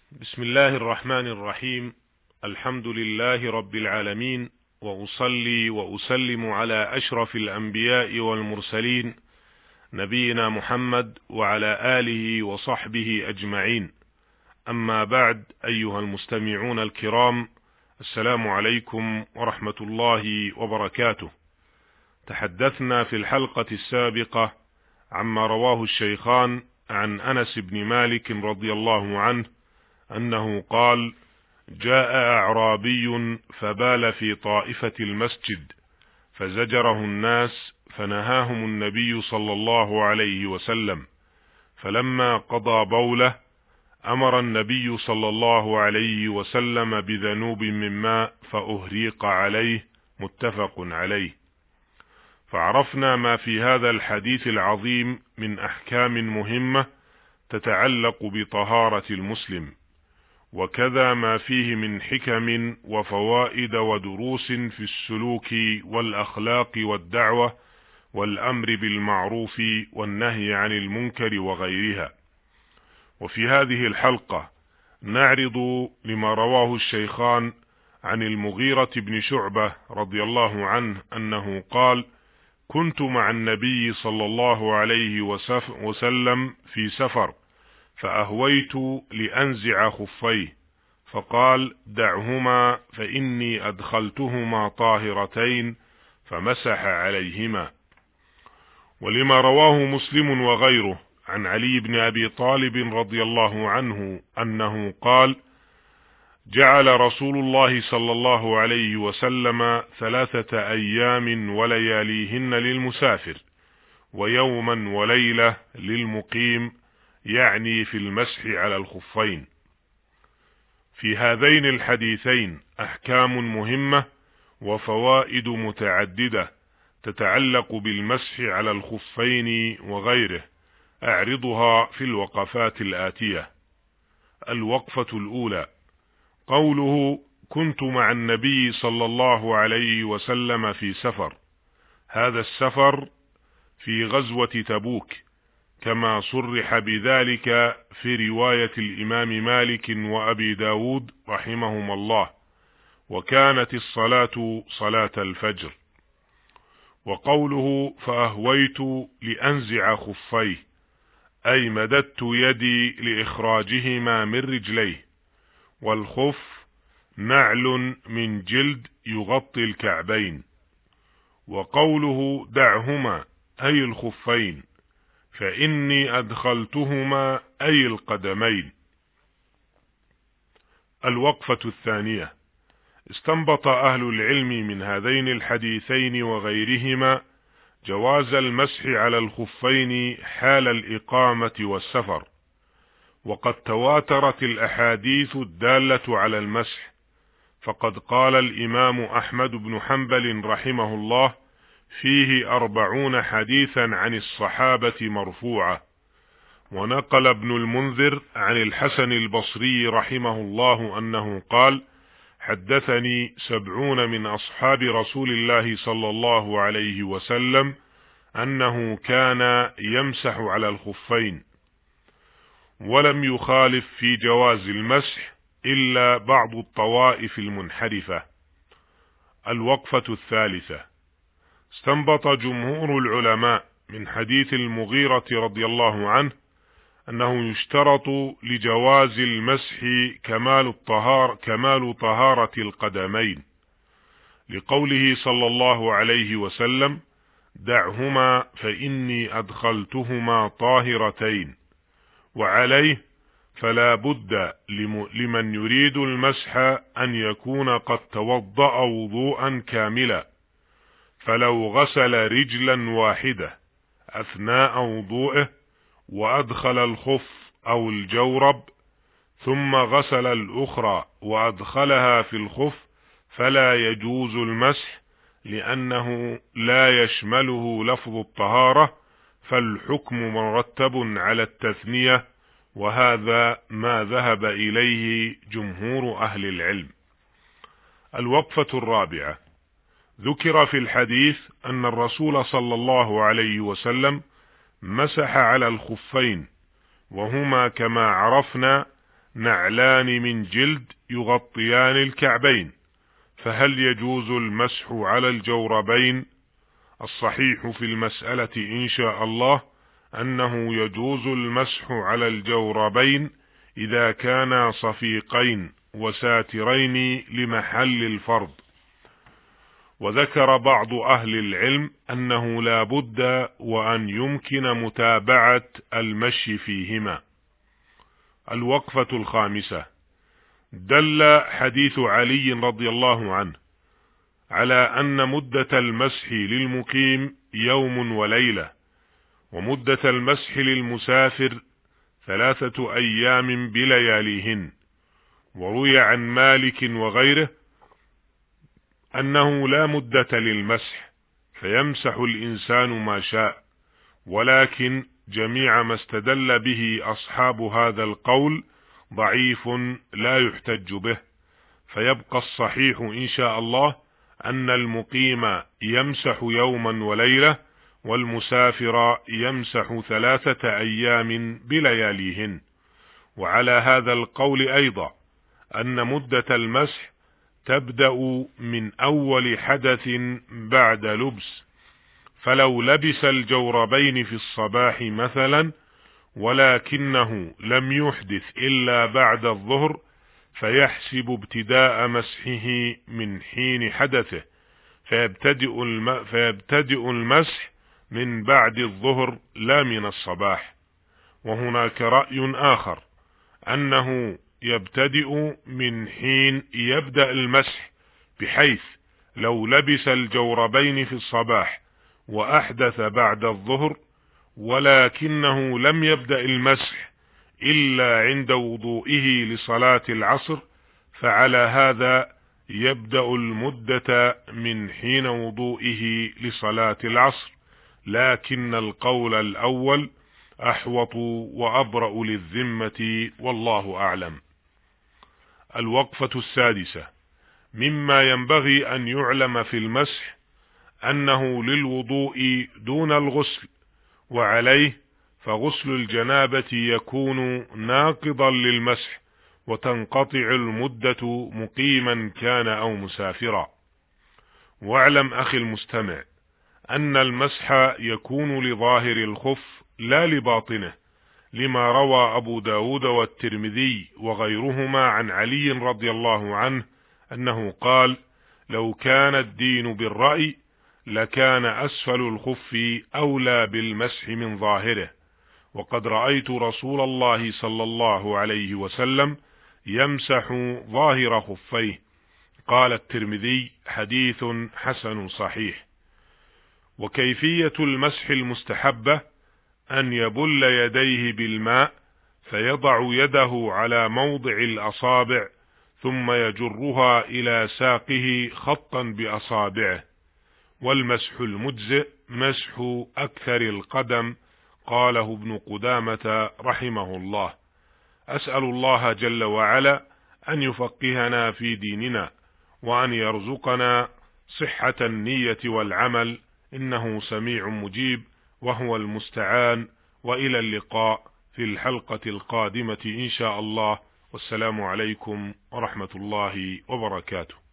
بسم الله الرحمن الرحيم. الحمد لله رب العالمين، وأصلي وأسلم على أشرف الأنبياء والمرسلين نبينا محمد وعلى آله وصحبه أجمعين. أما بعد، أيها المستمعون الكرام، السلام عليكم ورحمة الله وبركاته. تحدثنا في الحلقة السابقة عما رواه الشيخان عن أنس بن مالك رضي الله عنه أنه قال: جاء أعرابي فبال في طائفة المسجد فزجره الناس فنهاهم النبي صلى الله عليه وسلم، فلما قضى بوله أمر النبي صلى الله عليه وسلم بذنوب من ماء فأهريق عليه، متفق عليه. فعرفنا ما في هذا الحديث العظيم من أحكام مهمة تتعلق بطهارة المسلم، وكذا ما فيه من حكم وفوائد ودروس في السلوك والأخلاق والدعوة والأمر بالمعروف والنهي عن المنكر وغيرها. وفي هذه الحلقة نعرض لما رواه الشيخان عن المغيرة بن شعبة رضي الله عنه أنه قال: كنت مع النبي صلى الله عليه وسلم في سفر، فأهويت لأنزع خفيه، فقال: دعهما فإني أدخلتهما طاهرتين، فمسح عليهما. ولما رواه مسلم وغيره عن علي بن أبي طالب رضي الله عنه أنه قال: جعل رسول الله صلى الله عليه وسلم 3 أيام ولياليهن للمسافر، ويوما وليلة للمقيم، يعني في المسح على الخفين. في هذين الحديثين أحكام مهمة وفوائد متعددة تتعلق بالمسح على الخفين وغيره، أعرضها في الوقفات الآتية. الوقفة الأولى: قوله كنت مع النبي صلى الله عليه وسلم في سفر، هذا السفر في غزوة تبوك، كما صرح بذلك في رواية الإمام مالك وأبي داود رحمهما الله، وكانت الصلاة صلاة الفجر. وقوله فأهويت لأنزع خفيه، أي مددت يدي لإخراجهما من رجليه، والخف نعل من جلد يغطي الكعبين. وقوله دعهما، أي الخفين، فإني أدخلتهما، أي القدمين. الوقفة الثانية: استنبط أهل العلم من هذين الحديثين وغيرهما جواز المسح على الخفين حال الإقامة والسفر، وقد تواترت الأحاديث الدالة على المسح، فقد قال الإمام أحمد بن حنبل رحمه الله فيه 40 حديثا عن الصحابة مرفوعة. ونقل ابن المنذر عن الحسن البصري رحمه الله أنه قال: حدثني 70 من أصحاب رسول الله صلى الله عليه وسلم أنه كان يمسح على الخفين، ولم يخالف في جواز المسح إلا بعض الطوائف المنحرفة. الوقفة الثالثة: استنبط جمهور العلماء من حديث المغيرة رضي الله عنه أنه يشترط لجواز المسح كمال طهارة القدمين، لقوله صلى الله عليه وسلم: دعهما فإني أدخلتهما طاهرتين. وعليه فلا بد لمن يريد المسح أن يكون قد توضأ وضوءا كاملا، فلو غسل رجلا واحدة أثناء وضوئه وأدخل الخف أو الجورب ثم غسل الأخرى وأدخلها في الخف فلا يجوز المسح، لأنه لا يشمله لفظ الطهارة، فالحكم مرتب على التثنية، وهذا ما ذهب إليه جمهور أهل العلم. الوقفة الرابعة: ذكر في الحديث أن الرسول صلى الله عليه وسلم مسح على الخفين، وهما كما عرفنا نعلان من جلد يغطيان الكعبين، فهل يجوز المسح على الجوربين؟ الصحيح في المسألة إن شاء الله أنه يجوز المسح على الجوربين إذا كانا صفيقين وساترين لمحل الفرض. وذكر بعض أهل العلم أنه لا بد وأن يمكن متابعة المشي فيهما. الوقفة الخامسة: دل حديث علي رضي الله عنه على أن مدة المسح للمقيم يوم وليلة، ومدة المسح للمسافر 3 أيام بلياليهن. وروي عن مالك وغيره أنه لا مدة للمسح، فيمسح الإنسان ما شاء، ولكن جميع ما استدل به أصحاب هذا القول ضعيف لا يحتج به، فيبقى الصحيح إن شاء الله أن المقيم يمسح يوما وليلة، والمسافر يمسح 3 أيام بلياليهن. وعلى هذا القول أيضا أن مدة المسح تبدأ من أول حدث بعد لبس، فلو لبس الجوربين في الصباح مثلا ولكنه لم يحدث إلا بعد الظهر، فيحسب ابتداء مسحه من حين حدثه، فيبتدئ المسح من بعد الظهر لا من الصباح. وهناك رأي آخر أنه يبتدئ من حين يبدأ المسح، بحيث لو لبس الجوربين في الصباح وأحدث بعد الظهر ولكنه لم يبدأ المسح إلا عند وضوئه لصلاة العصر، فعلى هذا يبدأ المدة من حين وضوئه لصلاة العصر، لكن القول الأول أحوط وأبرأ للذمة، والله أعلم. الوقفة السادسة: مما ينبغي أن يعلم في المسح أنه للوضوء دون الغسل، وعليه فغسل الجنابة يكون ناقضا للمسح، وتنقطع المدة مقيما كان أو مسافرا. واعلم أخي المستمع أن المسح يكون لظاهر الخف لا لباطنه، لما روى أبو داود والترمذي وغيرهما عن علي رضي الله عنه أنه قال: لو كان الدين بالرأي لكان أسفل الخف أولى بالمسح من ظاهره، وقد رأيت رسول الله صلى الله عليه وسلم يمسح ظاهر خفيه. قال الترمذي: حديث حسن صحيح. وكيفية المسح المستحبة أن يبل يديه بالماء، فيضع يده على موضع الأصابع ثم يجرها إلى ساقه خطا بأصابعه. والمسح المجزئ مسح أكثر القدم، قاله ابن قدامة رحمه الله. أسأل الله جل وعلا أن يفقهنا في ديننا، وأن يرزقنا صحة النية والعمل، إنه سميع مجيب وهو المستعان. وإلى اللقاء في الحلقة القادمة إن شاء الله، والسلام عليكم ورحمة الله وبركاته.